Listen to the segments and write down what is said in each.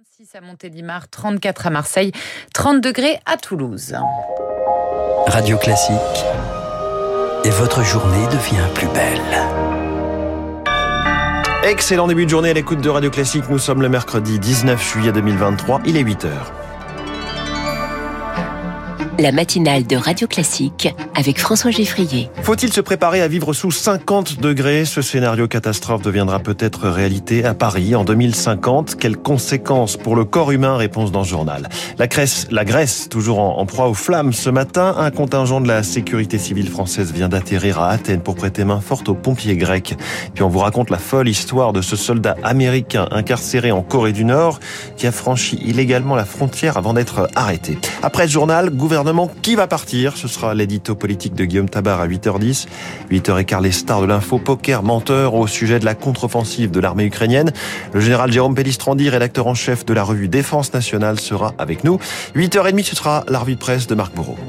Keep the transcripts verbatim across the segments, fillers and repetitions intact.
trente-six à Montélimar, trente-quatre à Marseille, trente degrés à Toulouse. Radio Classique. Et votre journée devient plus belle. Excellent début de journée à l'écoute de Radio Classique. Nous sommes le mercredi dix-neuf juillet deux mille vingt-trois. Il est huit heures. La matinale de Radio Classique avec François Geffrier. Faut-il se préparer à vivre sous cinquante degrés ? Ce scénario catastrophe deviendra peut-être réalité à Paris en deux mille cinquante. Quelles conséquences pour le corps humain ? Réponse dans ce journal. La Grèce, la Grèce toujours en, en proie aux flammes. Ce matin, un contingent de la sécurité civile française vient d'atterrir à Athènes pour prêter main forte aux pompiers grecs. Puis on vous raconte la folle histoire de ce soldat américain incarcéré en Corée du Nord qui a franchi illégalement la frontière avant d'être arrêté. Après ce journal, gouvernement qui va partir ? Ce sera l'édito politique de Guillaume Tabar à huit heures dix. huit heures quinze, les stars de l'info, poker, menteur au sujet de la contre-offensive de l'armée ukrainienne. Le général Jérôme Pellistrandi, rédacteur en chef de la revue Défense Nationale, sera avec nous. huit heures trente, ce sera la revue de presse de Marc Bourreau.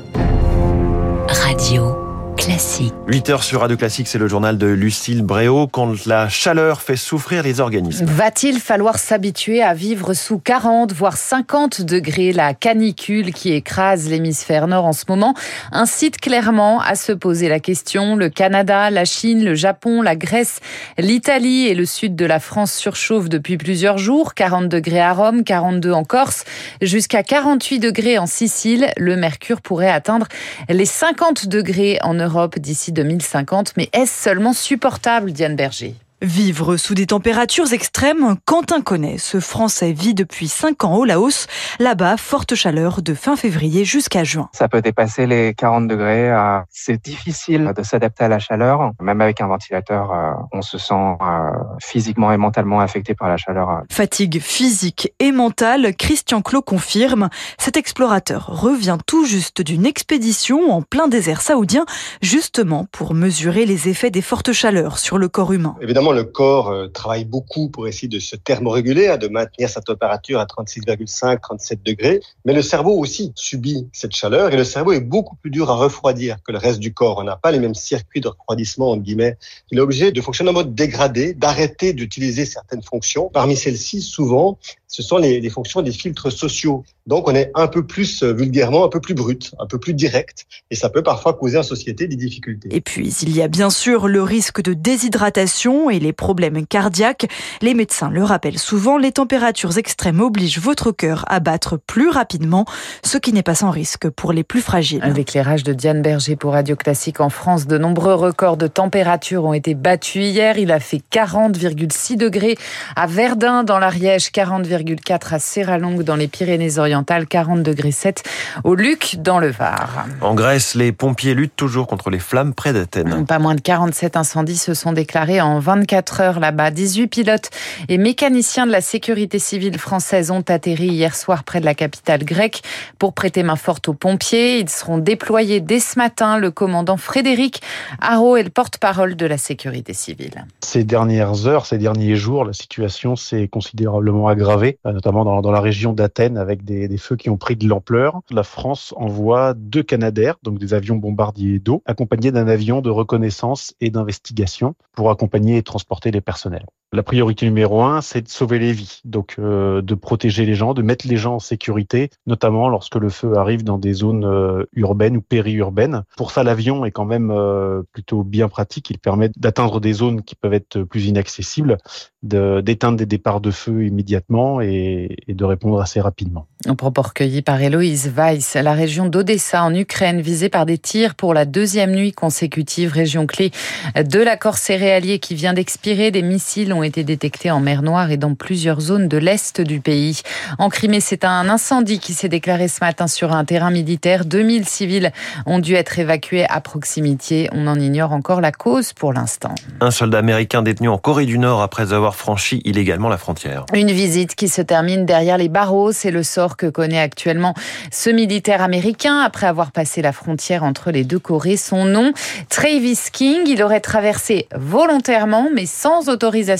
Radio Classique. huit heures sur Radio Classique, c'est le journal de Lucille Bréau. Quand la chaleur fait souffrir les organismes. Va-t-il falloir s'habituer à vivre sous quarante, voire cinquante degrés ? La canicule qui écrase l'hémisphère nord en ce moment incite clairement à se poser la question. Le Canada, la Chine, le Japon, la Grèce, l'Italie et le sud de la France surchauffent depuis plusieurs jours. quarante degrés à Rome, quarante-deux en Corse, jusqu'à quarante-huit degrés en Sicile. Le mercure pourrait atteindre les cinquante degrés en Europe d'ici deux mille cinquante. Mais est-ce seulement supportable, Diane Berger ? Vivre sous des températures extrêmes, Quentin connaît. Ce Français vit depuis cinq ans au Laos. Là-bas, forte chaleur de fin février jusqu'à juin. Ça peut dépasser les quarante degrés. C'est difficile de s'adapter à la chaleur. Même avec un ventilateur, on se sent physiquement et mentalement affecté par la chaleur. Fatigue physique et mentale, Christian Clot confirme. Cet explorateur revient tout juste d'une expédition en plein désert saoudien, justement pour mesurer les effets des fortes chaleurs sur le corps humain. Évidemment, le corps euh, travaille beaucoup pour essayer de se thermoréguler, hein, de maintenir sa température à trente-six virgule cinq, trente-sept degrés. Mais le cerveau aussi subit cette chaleur et le cerveau est beaucoup plus dur à refroidir que le reste du corps. On n'a pas les mêmes circuits de refroidissement, entre guillemets. Il est obligé de fonctionner en mode dégradé, d'arrêter d'utiliser certaines fonctions. Parmi celles-ci, souvent, ce sont les, les fonctions des filtres sociaux. Donc, on est un peu plus, euh, vulgairement, un peu plus brut, un peu plus direct. Et ça peut parfois causer en société des difficultés. Et puis, il y a bien sûr le risque de déshydratation et les problèmes cardiaques. Les médecins le rappellent souvent, les températures extrêmes obligent votre cœur à battre plus rapidement, ce qui n'est pas sans risque pour les plus fragiles. L'éclairage de Diane Berger pour Radio Classique en France. De nombreux records de température ont été battus hier. Il a fait quarante virgule six degrés à Verdun dans l'Ariège, quarante virgule quatre à Serralongue dans les Pyrénées-Orientales, quarante degrés sept au Luc dans le Var. En Grèce, les pompiers luttent toujours contre les flammes près d'Athènes. Pas moins de quarante-sept incendies se sont déclarés en vingt-quatre heures là-bas. dix-huit pilotes et mécaniciens de la sécurité civile française ont atterri hier soir près de la capitale grecque pour prêter main forte aux pompiers. Ils seront déployés dès ce matin. Le commandant Frédéric Haro est le porte-parole de la sécurité civile. Ces dernières heures, ces derniers jours, la situation s'est considérablement aggravée, notamment dans, dans la région d'Athènes avec des, des feux qui ont pris de l'ampleur. La France envoie deux Canadair, donc des avions bombardiers d'eau, accompagnés d'un avion de reconnaissance et d'investigation pour accompagner et transporter les personnels. La priorité numéro un, c'est de sauver les vies, donc euh, de protéger les gens, de mettre les gens en sécurité, notamment lorsque le feu arrive dans des zones euh, urbaines ou périurbaines. Pour ça, l'avion est quand même euh, plutôt bien pratique. Il permet d'atteindre des zones qui peuvent être plus inaccessibles, de, d'éteindre des départs de feu immédiatement et, et de répondre assez rapidement. Un propos recueilli par Héloïse Weiss. La région d'Odessa en Ukraine visée par des tirs pour la deuxième nuit consécutive, région clé de l'accord céréalier qui vient d'expirer. Des missiles ont été détectés en mer Noire et dans plusieurs zones de l'est du pays. En Crimée, c'est un incendie qui s'est déclaré ce matin sur un terrain militaire. deux mille civils ont dû être évacués à proximité. On en ignore encore la cause pour l'instant. Un soldat américain détenu en Corée du Nord après avoir franchi illégalement la frontière. Une visite qui se termine derrière les barreaux. C'est le sort que connaît actuellement ce militaire américain après avoir passé la frontière entre les deux Corées. Son nom, Travis King. Il aurait traversé volontairement mais sans autorisation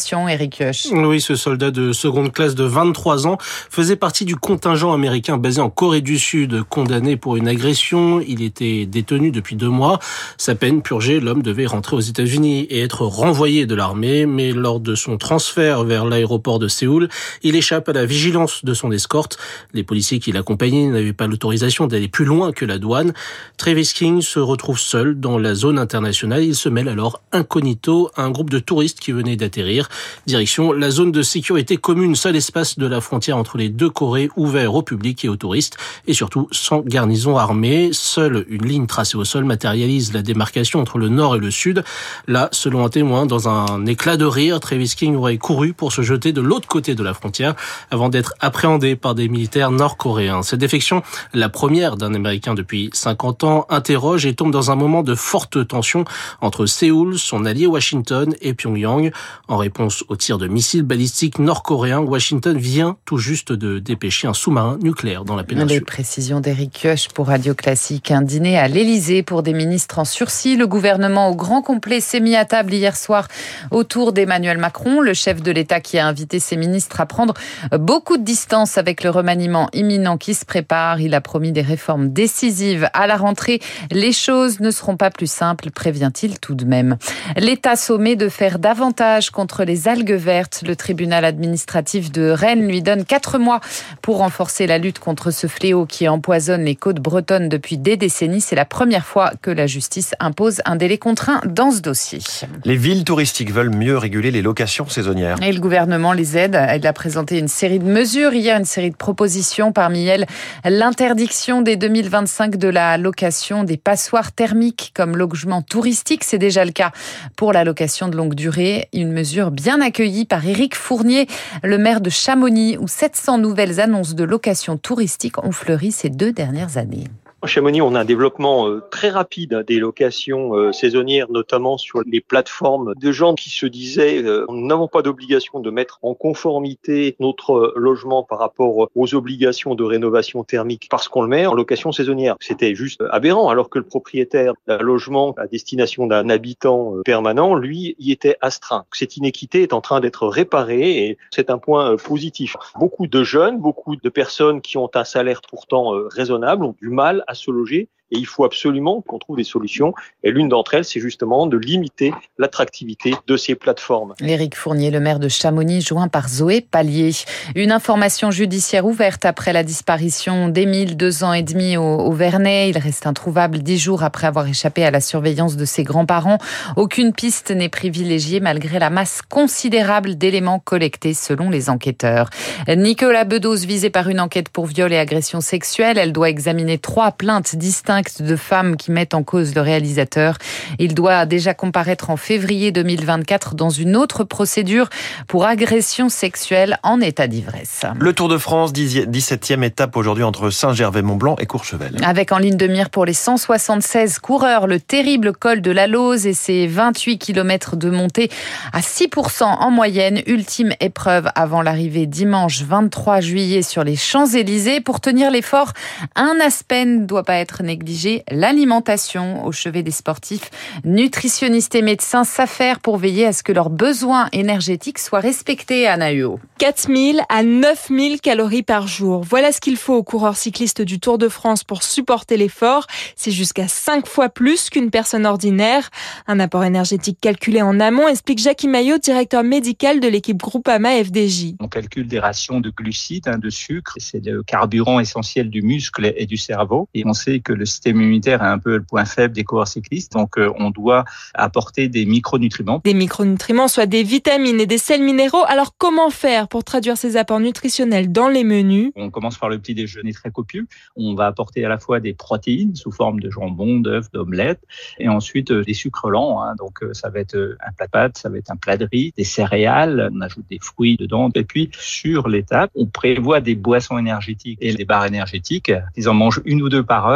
Libération, Éric Kioch. Oui, ce soldat de seconde classe de vingt-trois ans faisait partie du contingent américain basé en Corée du Sud, condamné pour une agression. Il était détenu depuis deux mois. Sa peine purgée, l'homme devait rentrer aux États-Unis et être renvoyé de l'armée. Mais lors de son transfert vers l'aéroport de Séoul, il échappe à la vigilance de son escorte. Les policiers qui l'accompagnaient n'avaient pas l'autorisation d'aller plus loin que la douane. Travis King se retrouve seul dans la zone internationale. Il se mêle alors incognito à un groupe de touristes qui venaient d'atterrir. Direction la zone de sécurité commune, seul espace de la frontière entre les deux Corées ouvert au public et aux touristes, et surtout sans garnison armée. Seule une ligne tracée au sol matérialise la démarcation entre le nord et le sud. Là, selon un témoin, dans un éclat de rire, Travis King aurait couru pour se jeter de l'autre côté de la frontière avant d'être appréhendé par des militaires nord-coréens. Cette défection, la première d'un Américain depuis cinquante ans, interroge et tombe dans un moment de forte tension entre Séoul, son allié Washington, et Pyongyang. En réponse aux tirs de missiles balistiques nord-coréens, Washington vient tout juste de dépêcher un sous-marin nucléaire dans la péninsule. Les précisions d'Éric Kioch pour Radio Classique. Un dîner à l'Élysée pour des ministres en sursis. Le gouvernement au grand complet s'est mis à table hier soir autour d'Emmanuel Macron, le chef de l'État qui a invité ses ministres à prendre beaucoup de distance avec le remaniement imminent qui se prépare. Il a promis des réformes décisives à la rentrée. Les choses ne seront pas plus simples, prévient-il tout de même. L'État sommet de faire davantage contre les algues vertes. Le tribunal administratif de Rennes lui donne quatre mois pour renforcer la lutte contre ce fléau qui empoisonne les côtes bretonnes depuis des décennies. C'est la première fois que la justice impose un délai contraint dans ce dossier. Les villes touristiques veulent mieux réguler les locations saisonnières. Et le gouvernement les aide. Elle a présenté une série de mesures hier, une série de propositions. Parmi elles, l'interdiction dès deux mille vingt-cinq de la location des passoires thermiques comme logement touristique. C'est déjà le cas pour la location de longue durée. Une mesure bien accueillie par Éric Fournier, le maire de Chamonix, où sept cents nouvelles annonces de location touristique ont fleuri ces deux dernières années. À Chamonix, on a un développement très rapide des locations saisonnières, notamment sur les plateformes de gens qui se disaient « nous n'avons pas d'obligation de mettre en conformité notre logement par rapport aux obligations de rénovation thermique parce qu'on le met en location saisonnière ». C'était juste aberrant, alors que le propriétaire d'un logement à destination d'un habitant permanent, lui, y était astreint. Cette inéquité est en train d'être réparée et c'est un point positif. Beaucoup de jeunes, beaucoup de personnes qui ont un salaire pourtant raisonnable ont du mal à se loger et il faut absolument qu'on trouve des solutions. Et l'une d'entre elles, c'est justement de limiter l'attractivité de ces plateformes. Éric Fournier, le maire de Chamonix, joint par Zoé Pallier. Une information judiciaire ouverte après la disparition d'Émile, deux ans et demi au, au Vernet. Il reste introuvable dix jours après avoir échappé à la surveillance de ses grands-parents. Aucune piste n'est privilégiée malgré la masse considérable d'éléments collectés selon les enquêteurs. Nicolas Bedos, visé par une enquête pour viol et agression sexuelle. Elle doit examiner trois plaintes distinctes de femmes qui mettent en cause le réalisateur. Il doit déjà comparaître en février deux mille vingt-quatre dans une autre procédure pour agression sexuelle en état d'ivresse. Le Tour de France, dix-septième étape aujourd'hui entre Saint-Gervais-Mont-Blanc et Courchevel. Avec en ligne de mire pour les cent soixante-seize coureurs le terrible col de la Lauze et ses vingt-huit kilomètres de montée à six pour cent en moyenne. Ultime épreuve avant l'arrivée dimanche vingt-trois juillet sur les Champs-Élysées. Pour tenir l'effort, un aspect ne doit pas être négligé. L'alimentation au chevet des sportifs. Nutritionnistes et médecins s'affairent pour veiller à ce que leurs besoins énergétiques soient respectés, Anna Huot. quatre mille à neuf mille calories par jour. Voilà ce qu'il faut aux coureurs cyclistes du Tour de France pour supporter l'effort. C'est jusqu'à cinq fois plus qu'une personne ordinaire. Un apport énergétique calculé en amont, explique Jackie Maillot, directeur médical de l'équipe Groupama F D J. On calcule des rations de glucides, hein, de sucre. C'est le carburant essentiel du muscle et du cerveau. Et on sait que le système immunitaire est un peu le point faible des coureurs cyclistes, donc euh, on doit apporter des micronutriments. Des micronutriments, soit des vitamines et des sels minéraux. Alors comment faire pour traduire ces apports nutritionnels dans les menus? On commence par le petit déjeuner très copieux. On va apporter à la fois des protéines sous forme de jambon, d'œufs, d'omelettes, et ensuite euh, des sucres lents. Hein, donc euh, ça va être un plat de pâtes, ça va être un plat de riz, des céréales, on ajoute des fruits dedans. Et puis sur l'étape, on prévoit des boissons énergétiques et des barres énergétiques. Ils en mangent une ou deux par heure. Et puis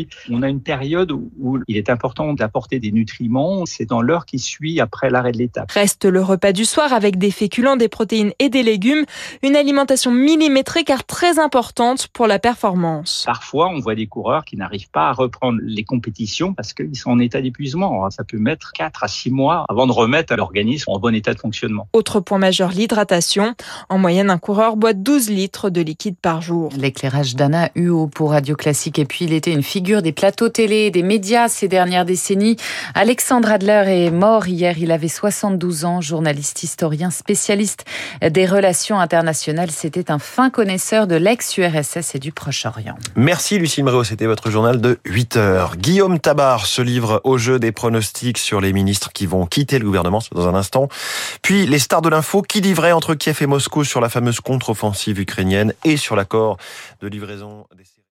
aujourd'hui, on a une période où il est important d'apporter des nutriments. C'est dans l'heure qui suit après l'arrêt de l'étape. Reste le repas du soir avec des féculents, des protéines et des légumes. Une alimentation millimétrée car très importante pour la performance. Parfois, on voit des coureurs qui n'arrivent pas à reprendre les compétitions parce qu'ils sont en état d'épuisement. Ça peut mettre quatre à six mois avant de remettre l'organisme en bon état de fonctionnement. Autre point majeur, l'hydratation. En moyenne, un coureur boit douze litres de liquide par jour. L'éclairage d'Anna Huot pour Radio Classique. Et puis, il était une figure des plateaux télé et des médias ces dernières décennies. Alexandre Adler est mort hier. Il avait soixante-douze ans, journaliste, historien, spécialiste des relations internationales. C'était un fin connaisseur de l'ex-U R S S et du Proche-Orient. Merci Lucille Bréau, c'était votre journal de huit heures. Guillaume Tabar se livre au jeu des pronostics sur les ministres qui vont quitter le gouvernement, c'est dans un instant. Puis les stars de l'info, qui dit vrai entre Kiev et Moscou sur la fameuse contre-offensive ukrainienne et sur l'accord de livraison des